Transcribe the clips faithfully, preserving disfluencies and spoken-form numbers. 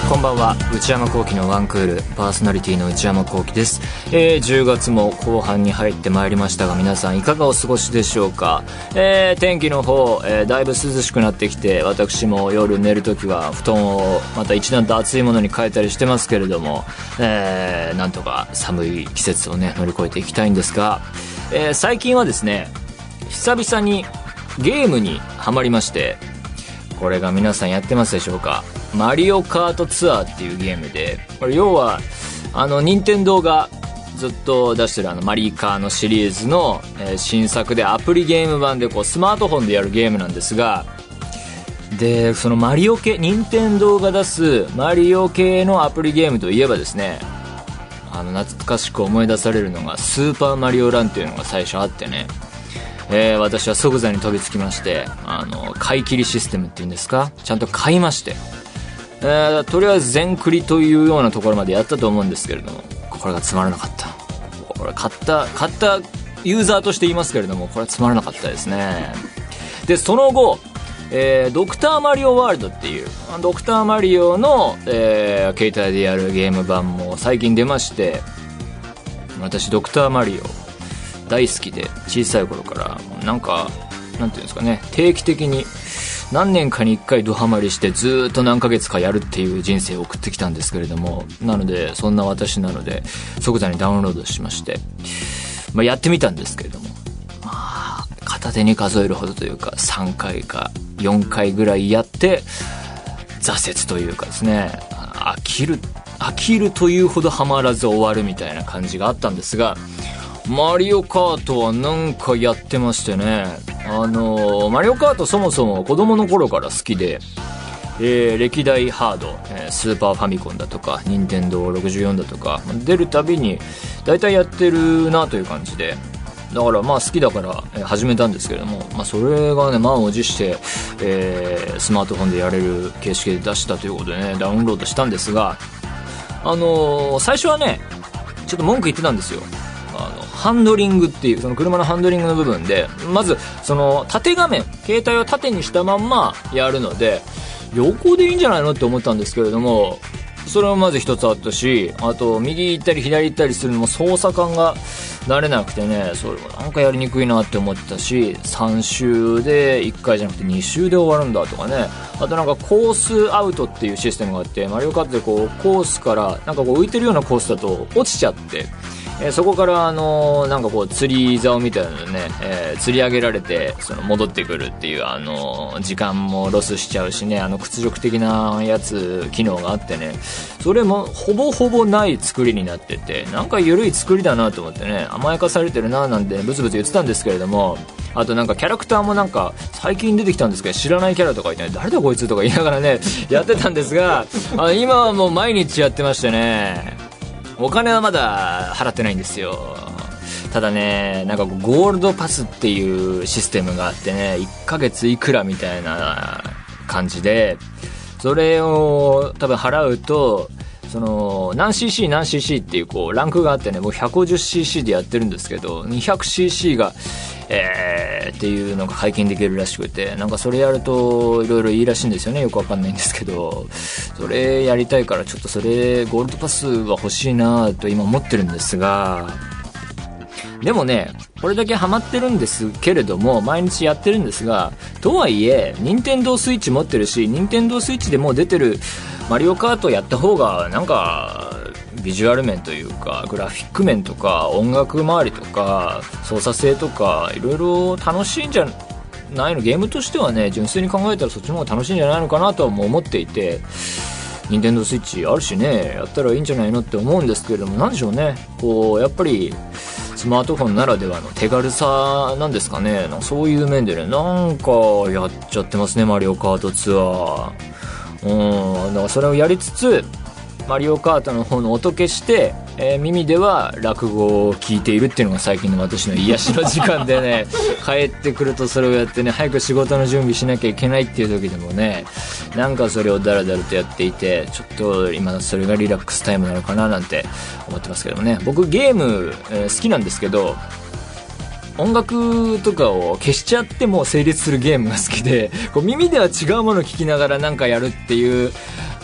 こんばんは、内山聖輝のワンクールパーソナリティの内山聖輝です。えー、じゅうがつも後半に入ってまいりましたが、皆さんいかがお過ごしでしょうか。えー、天気の方、えー、だいぶ涼しくなってきて、私も夜寝るときは布団をまた一段と暑いものに変えたりしてますけれども、えー、なんとか寒い季節をね乗り越えていきたいんですが、えー、最近はですね、久々にゲームにハマりまして、これが皆さんやってますでしょうか。マリオカートツアーっていうゲームで、これ要はあの任天堂がずっと出してるあのマリカーのシリーズの、えー、新作でアプリゲーム版でこうスマートフォンでやるゲームなんですが、でそのマリオ系、任天堂が出すマリオ系のアプリゲームといえばですね、あの懐かしく思い出されるのがスーパーマリオランっていうのが最初あってね、えー、私は即座に飛びつきまして、あの買い切りシステムっていうんですか、ちゃんと買いまして、えー、とりあえず全クリというようなところまでやったと思うんですけれども、これがつまらなかった。これ買った買ったユーザーとして言いますけれども、これはつまらなかったですね。でその後、えー、ドクターマリオワールドっていうドクターマリオの、えー、携帯でやるゲーム版も最近出まして、私ドクターマリオ大好きで、小さい頃からなんかなんていうんですかね、定期的に何年かにいっかいドハマりしてずっと何ヶ月かやるっていう人生を送ってきたんですけれども、なのでそんな私なので即座にダウンロードしまして、まあ、やってみたんですけれども、まあ片手に数えるほどというかさんかいかよんかいぐらいやって挫折というかですね、飽きる飽きるというほどハマらず終わるみたいな感じがあったんですが、マリオカートはなんかやってましてね、あのー、マリオカートそもそも子供の頃から好きで、えー、歴代ハード、えー、スーパーファミコンだとかニンテンドーろくじゅうよんだとか出るたびに大体やってるなという感じで、だからまあ好きだから始めたんですけれども、まあ、それがね満を持して、えー、スマートフォンでやれる形式で出したということでねダウンロードしたんですが、あのー、最初はねちょっと文句言ってたんですよ。あのハンドリングっていうその車のハンドリングの部分で、まずその縦画面、携帯を縦にしたまんまやるので横でいいんじゃないのって思ったんですけれども、それもまず一つあったし、あと右行ったり左行ったりするのも操作感が慣れなくてね、それもなんかやりにくいなって思ってたし、さん周でいっかいじゃなくてに周で終わるんだとかね、あとなんかコースアウトっていうシステムがあって、マリオカートでこうコースからなんかこう浮いてるようなコースだと落ちちゃって、えー、そこからあのー、なんかこう釣り竿みたいなのね、えー、釣り上げられてその戻ってくるっていうあのー、時間もロスしちゃうしね、あの屈辱的なやつ機能があってね、それもほぼほぼない作りになってて、なんか緩い作りだなと思ってね、甘やかされてるななんてブツブツ言ってたんですけれども、あとなんかキャラクターもなんか最近出てきたんですけど知らないキャラとかいて、誰だこいつとか言いながらねやってたんですが、あ今はもう毎日やってましてね、お金はまだ払ってないんですよ。ただね、なんかゴールドパスっていうシステムがあってね、いっかげついくらみたいな感じで、それを多分払うとその何 シーシー 何 シーシー っていうこうランクがあってね、僕 ひゃくごじゅっシーシー でやってるんですけど にひゃくシーシー がえーっていうのが解禁できるらしくて、なんかそれやるといろいろいいらしいんですよね。よくわかんないんですけど、それやりたいからちょっとそれゴールドパスが欲しいなと今思ってるんですが、でもねこれだけハマってるんですけれども、毎日やってるんですが、とはいえ任天堂スイッチ持ってるし、任天堂スイッチでもう出てるマリオカートやった方がなんかビジュアル面というかグラフィック面とか音楽周りとか操作性とかいろいろ楽しいんじゃないの、ゲームとしてはね純粋に考えたらそっちの方が楽しいんじゃないのかなとはもう思っていて、任天堂スイッチあるしねやったらいいんじゃないのって思うんですけれども、なんでしょうね、こうやっぱりスマートフォンならではの手軽さなんですかね、なんかそういう面でねなんかやっちゃってますねマリオカートツアー。うん、だからそれをやりつつマリオカートの方の音消して、えー、耳では落語を聞いているっていうのが最近の私の癒しの時間でね帰ってくるとそれをやってね、早く仕事の準備しなきゃいけないっていう時でもね、なんかそれをダラダラとやっていて、ちょっと今それがリラックスタイムなのかななんて思ってますけどもね。僕ゲーム、えー、好きなんですけど、音楽とかを消しちゃっても成立するゲームが好きで、こう耳では違うものを聞きながらなんかやるっていう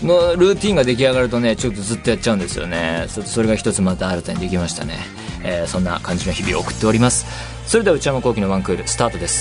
のルーティンが出来上がるとね、ちょっとずっとやっちゃうんですよね。それが一つまた新たにできましたね。えー、そんな感じの日々を送っております。それでは内山聖輝のワンクールスタートです。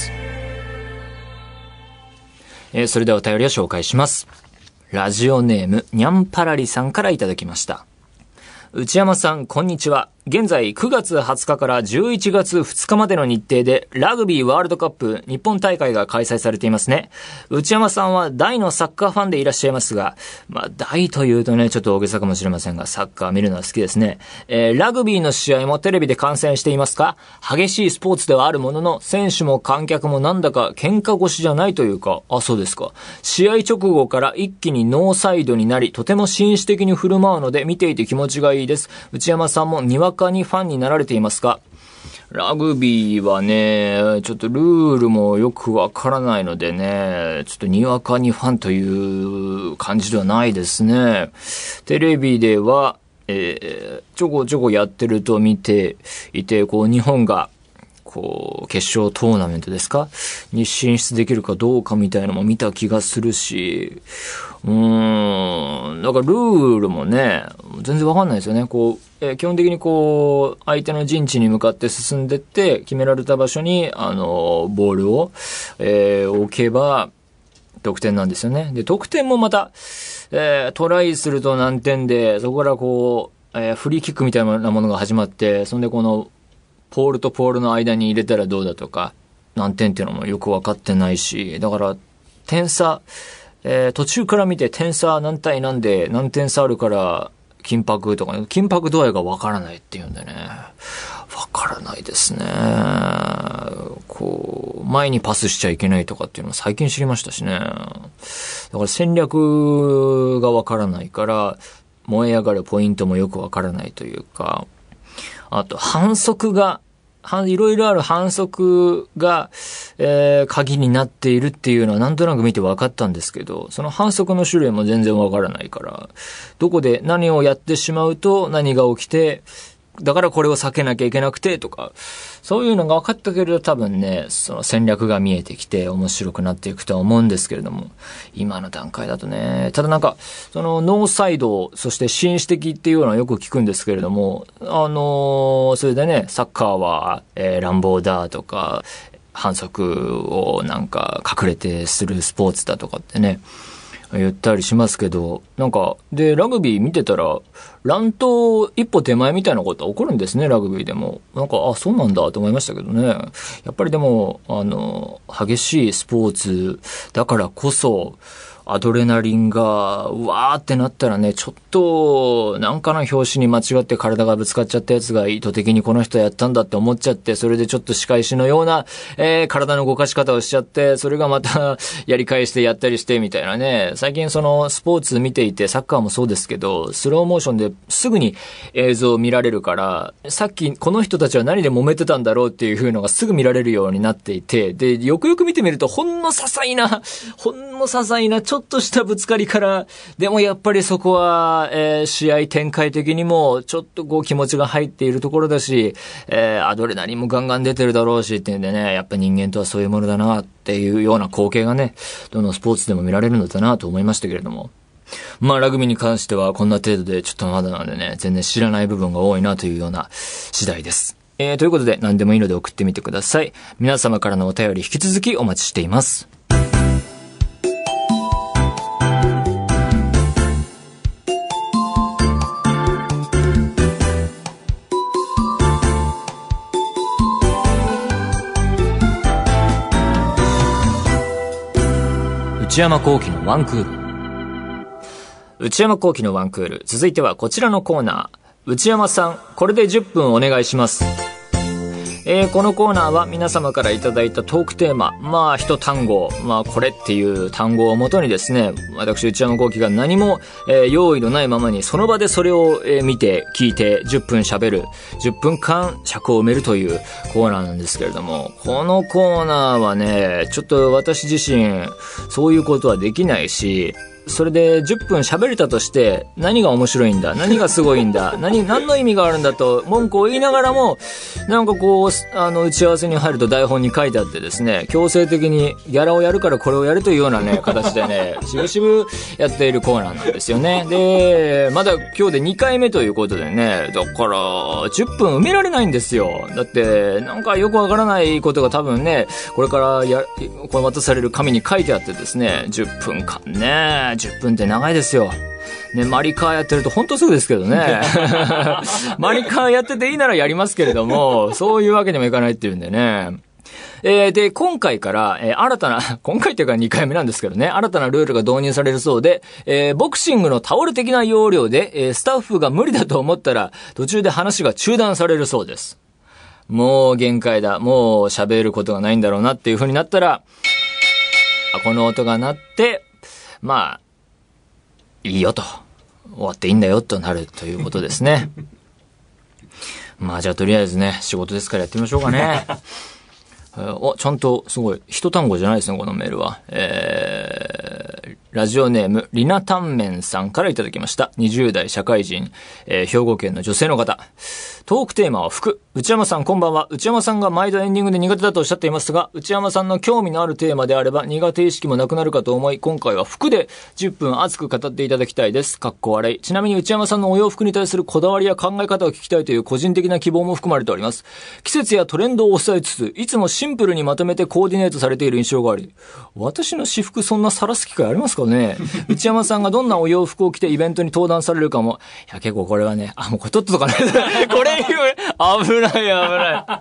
えー、それではお便りを紹介します。ラジオネームにゃんぱらりさんからいただきました。内山さん、こんにちは。現在くがつはつかからじゅういちがつふつかまでの日程でラグビーワールドカップ日本大会が開催されていますね。内山さんは大のサッカーファンでいらっしゃいますが、まあ大というとね、ちょっと大げさかもしれませんが、サッカー見るのは好きですね。えー、ラグビーの試合もテレビで観戦していますか？激しいスポーツではあるものの、選手も観客もなんだか喧嘩腰じゃないというか、あ、そうですか。試合直後から一気にノーサイドになり、とても紳士的に振る舞うので見ていて気持ちがいいです。内山さんもにわかにファンになられていますか？ラグビーはね、ちょっとルールもよくわからないのでね、ちょっとにわかにファンという感じではないですね。テレビでは、えー、ちょこちょこやってると見ていて、こう日本がこう決勝トーナメントですかに進出できるかどうかみたいなのも見た気がするし、うーん、だからルールもね、全然わかんないですよね。こう、えー、基本的にこう、相手の陣地に向かって進んでって、決められた場所に、あの、ボールを、えー、置けば、得点なんですよね。で、得点もまた、えー、トライすると何点で、そこからこう、えー、フリーキックみたいなものが始まって、そんでこの、ポールとポールの間に入れたらどうだとか、何点っていうのもよくわかってないし、だから、点差、えー、途中から見て点差何対何で何点差あるから緊迫とかね、緊迫度合いがわからないっていうんでね、わからないですね。こう、前にパスしちゃいけないとかっていうのも最近知りましたしね。だから戦略がわからないから、燃え上がるポイントもよくわからないというか、あと反則が、いろいろある反則が、えー、鍵になっているっていうのはなんとなく見て分かったんですけど、その反則の種類も全然分からないから、どこで何をやってしまうと何が起きて、だからこれを避けなきゃいけなくてとか、そういうのが分かったけれど多分ね、その戦略が見えてきて面白くなっていくとは思うんですけれども、今の段階だとね、ただなんか、そのノーサイド、そして紳士的っていうのはよく聞くんですけれども、あのー、それでね、サッカーは、えー、乱暴だとか、反則をなんか隠れてするスポーツだとかってね、言ったりしますけど、なんか、で、ラグビー見てたら、乱闘一歩手前みたいなことは起こるんですね、ラグビーでも。なんか、あ、そうなんだと思いましたけどね。やっぱりでも、あの、激しいスポーツだからこそ、アドレナリンが、うわーってなったらね、ちょっと、なんかの拍子に間違って体がぶつかっちゃったやつが意図的にこの人やったんだって思っちゃって、それでちょっと仕返しのような、えー、体の動かし方をしちゃって、それがまたやり返してやったりしてみたいなね。最近そのスポーツ見ていて、サッカーもそうですけど、スローモーションですぐに映像を見られるから、さっきこの人たちは何で揉めてたんだろうっていう風のがすぐ見られるようになっていて、で、よくよく見てみると、ほんの些細な、ほんの些細な、ちょっとしたぶつかりから、でもやっぱりそこは、えー、試合展開的にもちょっとこう気持ちが入っているところだし、えー、アドレナリンもガンガン出てるだろうしっていうんでね、やっぱ人間とはそういうものだなっていうような光景がね、どのスポーツでも見られるのだなと思いましたけれども。まあラグビーに関してはこんな程度でちょっとまだなんでね、全然知らない部分が多いなというような次第です。えー、ということで何でもいいので送ってみてください。皆様からのお便り引き続きお待ちしています。内山聖輝のワンクール。内山聖輝のワンクール。続いてはこちらのコーナー。内山さん、これでじゅっぷんお願いします。えー、このコーナーは皆様からいただいたトークテーマ、まあ一単語、まあこれっていう単語をもとにですね、私内山聖輝が何も、えー、用意のないままにその場でそれを、えー、見て聞いてじゅっぷん喋る、じゅっぷんかん尺を埋めるというコーナーなんですけれども、このコーナーはね、ちょっと私自身そういうことはできないし、 それでじゅっぷん喋れたとして、何が面白いんだ、何がすごいんだ、何、何の意味があるんだと文句を言いながらも、なんかこう、あの、打ち合わせに入ると台本に書いてあってですね、強制的にギャラをやるからこれをやるというようなね、形でね、しぶしぶやっているコーナーなんですよね。で、まだ今日でにかいめということでね、だから、じゅっぷん埋められないんですよ。だって、なんかよくわからないことが多分ね、これからや、これ渡される紙に書いてあってですね、じゅっぷんかんね、じゅっぷんって長いですよ。ね、マリカーやってるとほんとすぐですけどね。マリカーやってていいならやりますけれども、そういうわけにもいかないっていうんでね。えー、で、今回から、えー、新たな、今回というかにかいめなんですけどね、新たなルールが導入されるそうで、えー、ボクシングのタオル的な要領で、えー、スタッフが無理だと思ったら、途中で話が中断されるそうです。もう限界だ、もう喋ることがないんだろうなっていう風になったら、この音が鳴って、まあ、いいよと。終わっていいんだよとなるということですね。まあじゃあとりあえずね、仕事ですからやってみましょうかね。お、ちゃんとすごい、一単語じゃないですね、このメールは。えー、ラジオネーム、リナタンメンさんからいただきました。にじゅう代社会人、えー、兵庫県の女性の方。トークテーマは服。内山さんこんばんは。内山さんが毎度エンディングで苦手だとおっしゃっていますが、内山さんの興味のあるテーマであれば苦手意識もなくなるかと思い、今回は服でじゅっぷん熱く語っていただきたいです。かっこ笑い。ちなみに内山さんのお洋服に対するこだわりや考え方を聞きたいという個人的な希望も含まれております。季節やトレンドを抑えつつ、いつもシンプルにまとめてコーディネートされている印象があり、私の私服そんな晒す機会ありますかね。内山さんがどんなお洋服を着てイベントに登壇されるかも。いや結構これはね、あ、もうこれ取っとかないこれ危ない危ない。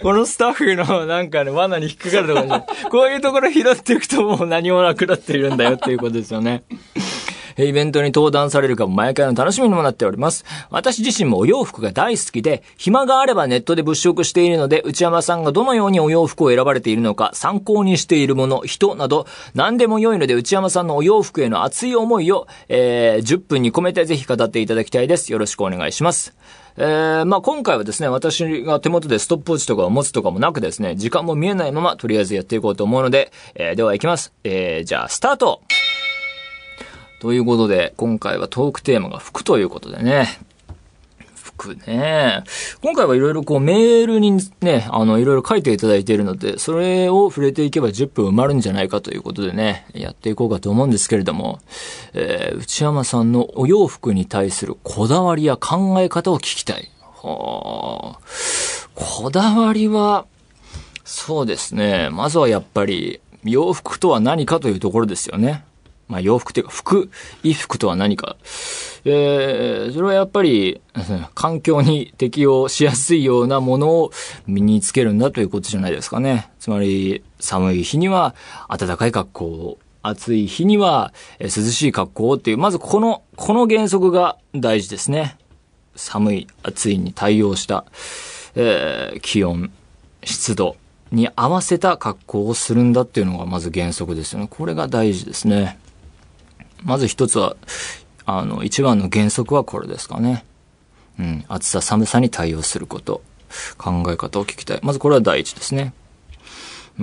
このスタッフのなんかね、罠に引っかかるところじゃない。こういうところ拾っていくともう何もなくなっているんだよっていうことですよね。イベントに登壇されるかも毎回の楽しみにもなっております。私自身もお洋服が大好きで、暇があればネットで物色しているので、内山さんがどのようにお洋服を選ばれているのか、参考にしているもの、人など、何でも良いので、内山さんのお洋服への熱い思いを、えー、じゅっぷんに込めてぜひ語っていただきたいです。よろしくお願いします。えー、まあ今回はですね、私が手元でストップウォッチとかを持つとかもなくですね、時間も見えないまま、とりあえずやっていこうと思うので、えー、では行きます。えー、じゃあ、スタートということで、今回はトークテーマが服ということでね。服ね。今回はいろいろこうメールにね、あのいろいろ書いていただいているので、それを触れていけばじゅっぷん埋まるんじゃないかということでね、やっていこうかと思うんですけれども、えー、内山さんのお洋服に対するこだわりや考え方を聞きたい。はあ、こだわりは、そうですね。まずはやっぱり洋服とは何かというところですよね。まあ洋服というか服、衣服とは何か。えー、それはやっぱり、環境に適応しやすいようなものを身につけるんだということじゃないですかね。つまり、寒い日には暖かい格好を、暑い日には涼しい格好をっていう、まずこの、この原則が大事ですね。寒い、暑いに対応した、えー、気温、湿度に合わせた格好をするんだっていうのがまず原則ですよね。これが大事ですね。まず一つは、あの、一番の原則はこれですかね。うん。暑さ寒さに対応すること。考え方を聞きたい。まずこれは第一ですね。うん。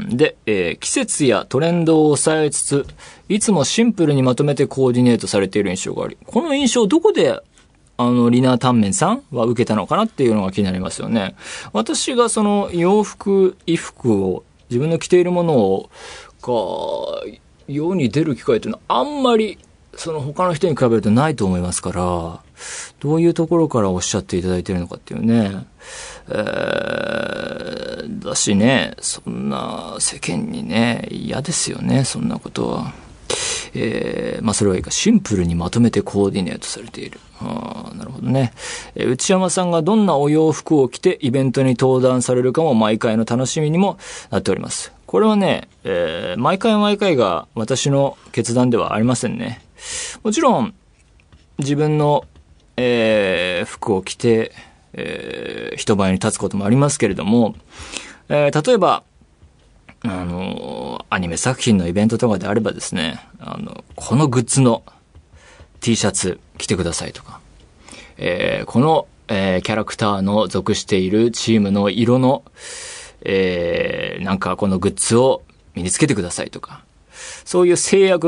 で、えー、季節やトレンドを抑えつつ、いつもシンプルにまとめてコーディネートされている印象があり、この印象どこで、あの、リナータンメンさんは受けたのかなっていうのが気になりますよね。私がその洋服、衣服を、自分の着ているものを、か、世に出る機会というのはあんまりその他の人に比べるとないと思いますから、どういうところからおっしゃっていただいているのかっていうね、えー、だしね、そんな世間にね、嫌ですよね、そんなことは。えー、まあそれはいいか、シンプルにまとめてコーディネートされている。ああ、なるほどね。えー、内山さんがどんなお洋服を着てイベントに登壇されるかも毎回の楽しみにもなっております。これはね、えー、毎回毎回が私の決断ではありませんね。もちろん自分の、えー、服を着て、えー、人前に立つこともありますけれども、えー、例えばあのアニメ作品のイベントとかであればですね、あのこのグッズの T シャツ着てくださいとか、えー、この、えー、キャラクターの属しているチームの色のえー、なんかこのグッズを身につけてくださいとか、そういう制約が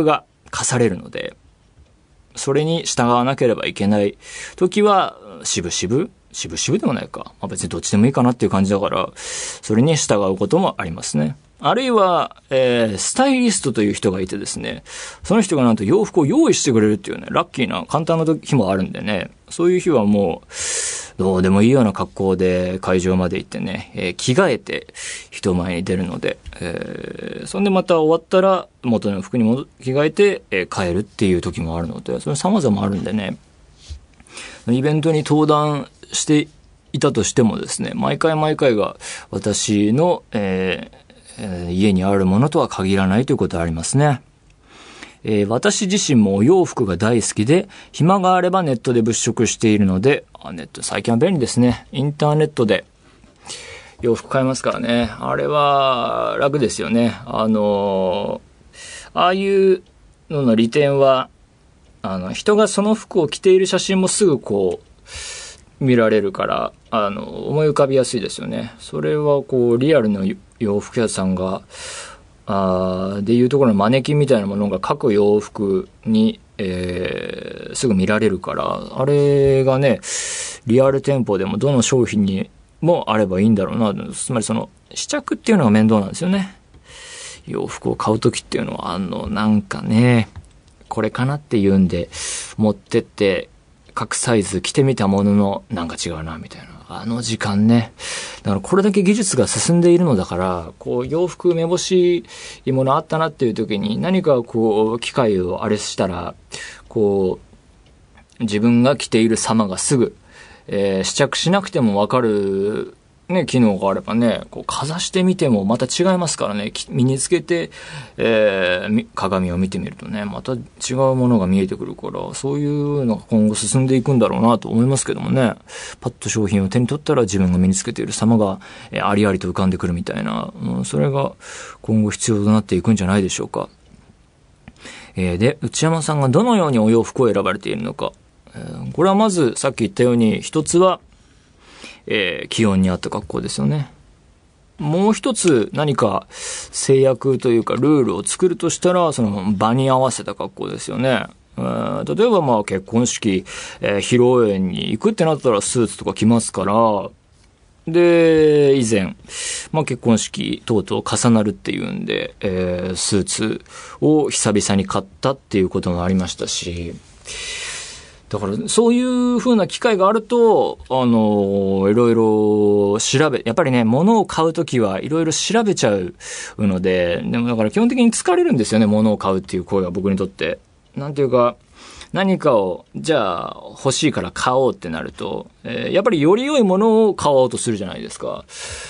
課されるので、それに従わなければいけない時は、しぶしぶ、しぶしぶでもないか。まあ、別にどっちでもいいかなっていう感じだから、それに従うこともありますね。あるいは、えー、スタイリストという人がいてですね、その人がなんと洋服を用意してくれるっていうね、ラッキーな簡単な日もあるんでね、そういう日はもう、どうでもいいような格好で会場まで行ってね、えー、着替えて人前に出るので、えー、そんでまた終わったら元の服に戻着替えて、えー、帰るっていう時もあるので、それ様々あるんでね、イベントに登壇していたとしてもですね、毎回毎回が私の、えーえー、家にあるものとは限らないということはありますね。えー、私自身もお洋服が大好きで、暇があればネットで物色しているので、あ、ネット最近は便利ですね。インターネットで洋服買えますからね。あれは楽ですよね。あのー、ああいうのの利点は、あの、人がその服を着ている写真もすぐこう、見られるから、あの、思い浮かびやすいですよね。それはこう、リアルな洋服屋さんが、あでいうところのマネキンみたいなものが各洋服に、えー、すぐ見られるから、あれがね、リアル店舗でもどの商品にもあればいいんだろうな。つまりその、試着っていうのが面倒なんですよね。洋服を買うときっていうのは、あの、なんかね、これかなっていうんで、持ってって、各サイズ着てみたものの、なんか違うな、みたいな。あの時間ね。だからこれだけ技術が進んでいるのだから、こう洋服めぼしいものあったなっていう時に何かこう機械をあれしたら、こう自分が着ている様がすぐ、えー、試着しなくてもわかるね、機能があればね、こうかざしてみてもまた違いますからね、身につけて、えー、鏡を見てみるとね、また違うものが見えてくるから、そういうのが今後進んでいくんだろうなと思いますけどもね、パッと商品を手に取ったら自分が身につけている様が、えー、ありありと浮かんでくるみたいな、うん、それが今後必要となっていくんじゃないでしょうか。えー、で、内山さんがどのようにお洋服を選ばれているのか。えー、これはまずさっき言ったように、一つは、えー、気温に合った格好ですよね。もう一つ何か制約というかルールを作るとしたら、その場に合わせた格好ですよね。えー、例えばまあ結婚式、えー、披露宴に行くってなったらスーツとか着ますから、で、以前、まあ結婚式等々重なるっていうんで、えー、スーツを久々に買ったっていうこともありましたし、だからそういう風な機会があると、あのいろいろ調べ、やっぱりね、物を買うときはいろいろ調べちゃうので、でもだから基本的に疲れるんですよね、物を買うっていう行為は僕にとって。なんていうか、何かを、じゃあ欲しいから買おうってなると、えー、やっぱりより良いものを買おうとするじゃないですか。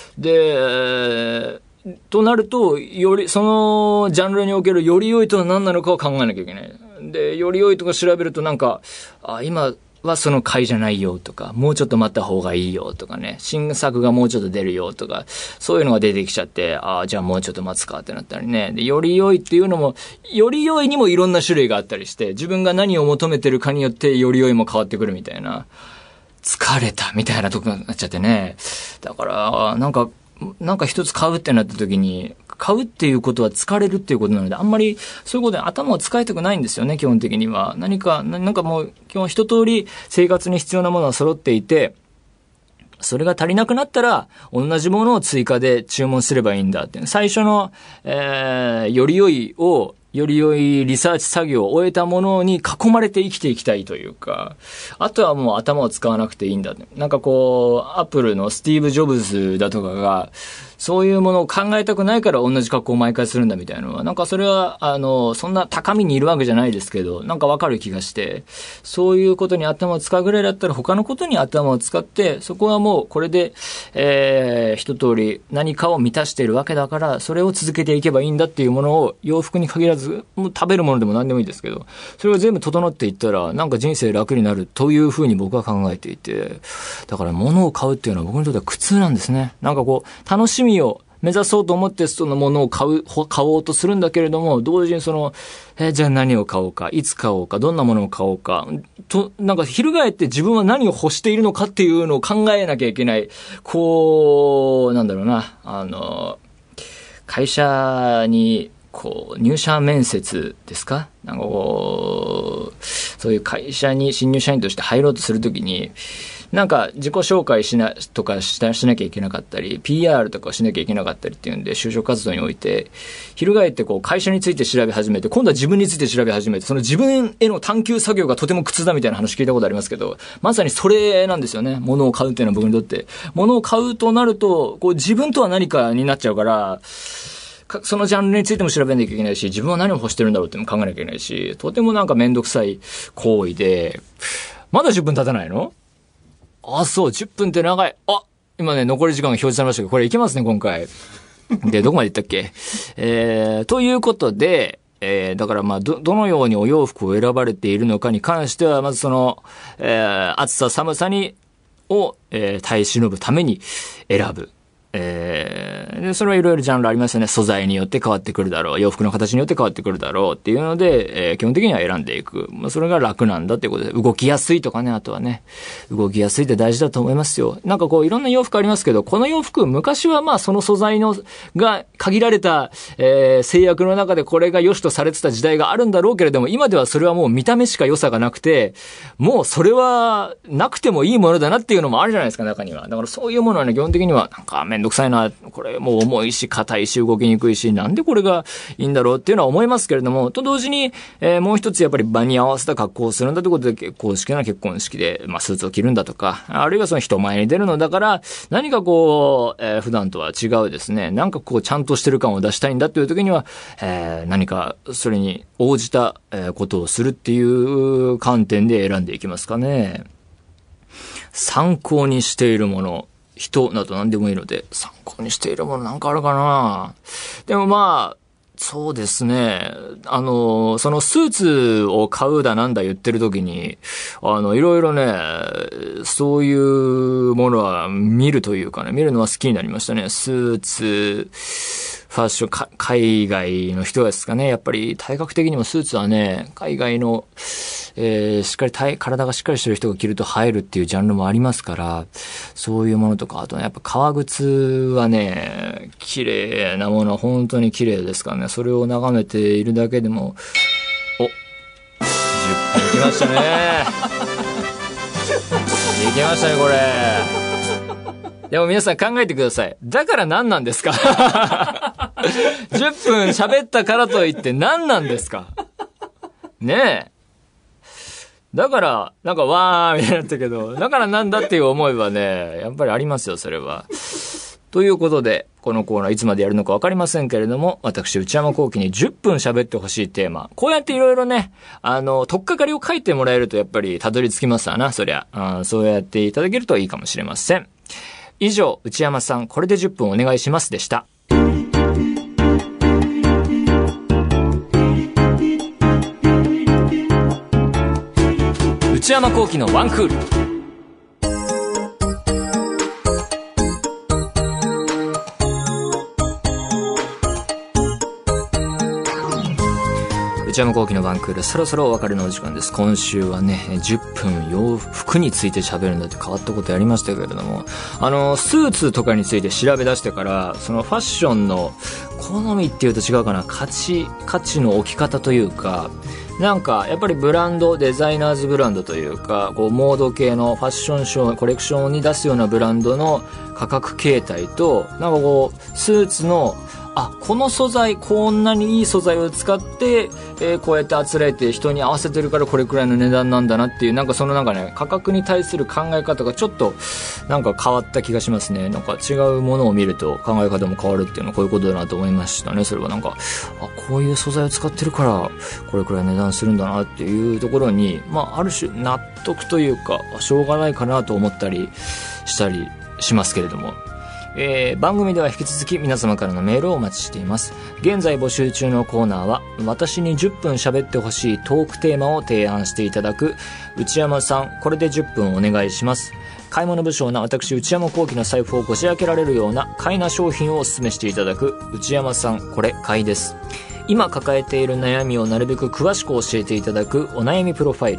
で、となると、より、そのジャンルにおけるより良いとは何なのかを考えなきゃいけない。で、より良いとか調べるとなんか、あ、今はその回じゃないよとか、もうちょっと待った方がいいよとかね、新作がもうちょっと出るよとか、そういうのが出てきちゃって、あ、じゃあもうちょっと待つかってなったりね。で、より良いっていうのも、より良いにもいろんな種類があったりして、自分が何を求めてるかによってより良いも変わってくるみたいな、疲れたみたいなとこになっちゃってね。だから、なんか、なんか一つ買うってなった時に、買うっていうことは疲れるっていうことなので、あんまりそういうことで頭を使いたくないんですよね、基本的には。何か、なんかもう、基本一通り生活に必要なものは揃っていて、それが足りなくなったら、同じものを追加で注文すればいいんだって。最初の、えー、より良いを、より良いリサーチ作業を終えたものに囲まれて生きていきたいというか、あとはもう頭を使わなくていいんだ。なんかこう、アップルのスティーブ・ジョブズだとかが、そういうものを考えたくないから同じ格好を毎回するんだみたいなのは、なんかそれは、あの、そんな高みにいるわけじゃないですけど、なんかわかる気がして、そういうことに頭を使うぐらいだったら他のことに頭を使って、そこはもうこれで、えー、一通り何かを満たしているわけだから、それを続けていけばいいんだっていうものを洋服に限らず、もう食べるものでも何でもいいですけど、それが全部整っていったら、なんか人生楽になるというふうに僕は考えていて、だから物を買うっていうのは僕にとっては苦痛なんですね。なんかこう、楽しみを目指そうと思ってそのものを買う、買おうとするんだけれども、同時にその、えー、じゃあ何を買おうか、いつ買おうか、どんなものを買おうか、と、なんか翻って自分は何を欲しているのかっていうのを考えなきゃいけない。こう、なんだろうな、あの、会社にこう入社面接ですか、なんかこうそういう会社に新入社員として入ろうとするときに、なんか自己紹介しなとかしな、しなきゃいけなかったり ピーアール とかをしなきゃいけなかったりっていうんで、就職活動において翻ってこう会社について調べ始めて、今度は自分について調べ始めて、その自分への探求作業がとても苦痛だみたいな話聞いたことありますけど、まさにそれなんですよね。物を買うっていうのは僕にとって、物を買うとなるとこう自分とは何かになっちゃうから、そのジャンルについても調べなきゃいけないし、自分は何を欲してるんだろうっていうのも考えなきゃいけないし、とてもなんかめんどくさい行為で、まだじゅっぷん経たないの？あ、そう、じゅっぷんって長い。あ、今ね、残り時間が表示されましたけど、これいけますね、今回。で、どこまで言ったっけ？えー、ということで、えー、だからまあ、ど、どのようにお洋服を選ばれているのかに関しては、まずその、えー、暑さ寒さに、を、えー、耐え忍ぶために選ぶ。えー、でそれはいろいろジャンルありますよね。素材によって変わってくるだろう、洋服の形によって変わってくるだろうっていうので、えー、基本的には選んでいく、まあ、それが楽なんだっていうことで、動きやすいとかね、あとはね、動きやすいって大事だと思いますよ。なんかこういろんな洋服ありますけど、この洋服昔はまあその素材のが限られた、えー、制約の中でこれが良しとされてた時代があるんだろうけれども、今ではそれはもう見た目しか良さがなくて、もうそれはなくてもいいものだなっていうのもあるじゃないですか、中には。だからそういうものはね、基本的にはなんかめんどくさいな、これもう重いし硬いし動きにくいし、なんでこれがいいんだろうっていうのは思いますけれども、と同時に、えー、もう一つやっぱり場に合わせた格好をするんだということで、公式な結婚式で、まあ、スーツを着るんだとか、あるいはその人前に出るのだから、何かこう、えー、普段とは違うですね、なんかこうちゃんとしてる感を出したいんだという時には、えー、何かそれに応じたことをするっていう観点で選んでいきますかね。参考にしているもの、人など何でもいいので、参考にしているものなんかあるかな。でもまあ、そうですね。あの、そのスーツを買うだなんだ言ってる時に、あの、いろいろね、そういうものは見るというかね、見るのは好きになりましたね。スーツ、ファッション、か海外の人ですかね。やっぱり体格的にもスーツはね、海外の、えー、しっかり体、体がしっかりしてる人が着ると映えるっていうジャンルもありますから、そういうものとか、あとね、やっぱ革靴はね、綺麗なものは本当に綺麗ですからね。それを眺めているだけでも、お、じゅっぷんいきましたね。いきましたね、これ。でも皆さん考えてください。だから何なんですか？じゅっぷん喋ったからといって何なんですか？ねえ。だから、なんかわーみたいになったけど、だからなんだっていう思いはね、やっぱりありますよ、それは。ということで、このコーナーいつまでやるのかわかりませんけれども、私、内山聖輝にじゅっぷん喋ってほしいテーマ。こうやっていろいろね、あの、とっかかりを書いてもらえるとやっぱりたどり着きますわな、そりゃ。あ、そうやっていただけるといいかもしれません。以上、内山さん、これでじゅっぷんお願いしますでした。内山聖輝のワンクール。内山聖輝のワンクール、そろそろお別れのお時間です。今週はね、じゅっぷん洋服について喋るんだって変わったことやりましたけれども、あのスーツとかについて調べ出してから、そのファッションの好みっていうと違うかな、価値価値の置き方というか、なんかやっぱりブランド、デザイナーズブランドというか、こうモード系のファッションショー、コレクションに出すようなブランドの価格形態と、なんかこうスーツの、あ、この素材、こんなにいい素材を使って、えー、こうやってあつらえて人に合わせてるからこれくらいの値段なんだなっていう、なんかそのなんかね、価格に対する考え方がちょっとなんか変わった気がしますね。なんか違うものを見ると考え方も変わるっていうのはこういうことだなと思いましたね。それはなんか、あ、こういう素材を使ってるからこれくらい値段するんだなっていうところに、まあある種納得というか、しょうがないかなと思ったりしたりしますけれども、えー、番組では引き続き皆様からのメールをお待ちしています。現在募集中のコーナーは、私にじゅっぷん喋ってほしいトークテーマを提案していただく、内山さんこれでじゅっぷんお願いします。買い物不詳な私内山聖輝の財布をこじ開けられるような買いな商品をお勧めしていただく、内山さんこれ買いです。今抱えている悩みをなるべく詳しく教えていただくお悩みプロファイル、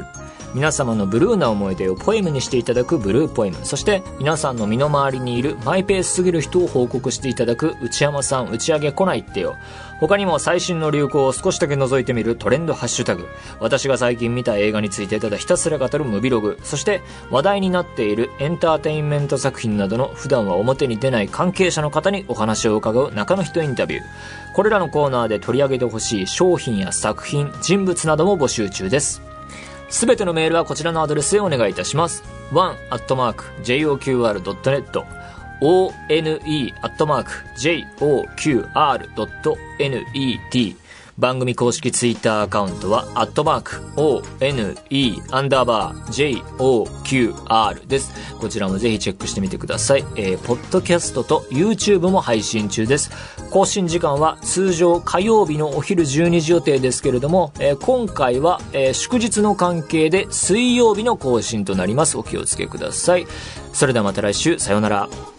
皆様のブルーな思い出をポエムにしていただくブルーポエム、そして皆さんの身の回りにいるマイペースすぎる人を報告していただく内山さん打ち上げ来ないってよ。他にも最新の流行を少しだけ覗いてみるトレンドハッシュタグ、私が最近見た映画についてただひたすら語るムビログ、そして話題になっているエンターテインメント作品などの普段は表に出ない関係者の方にお話を伺う中の人インタビュー。これらのコーナーで取り上げてほしい商品や作品、人物なども募集中です。すべてのメールはこちらのアドレスへお願いいたします。ワン アットマーク ジェイオーキューアール ドットネット オーエヌイー アットマーク ジェイオーキューアール ドットネット。番組公式ツイッターアカウントはアットマーク オーエヌイー アンダーバー ジェイオーキューアール です。こちらもぜひチェックしてみてください。えー、ポッドキャストと YouTube も配信中です。更新時間は通常火曜日のお昼じゅうにじ予定ですけれども、えー、今回は、えー、祝日の関係で水曜日の更新となります。お気をつけください。それではまた来週、さようなら。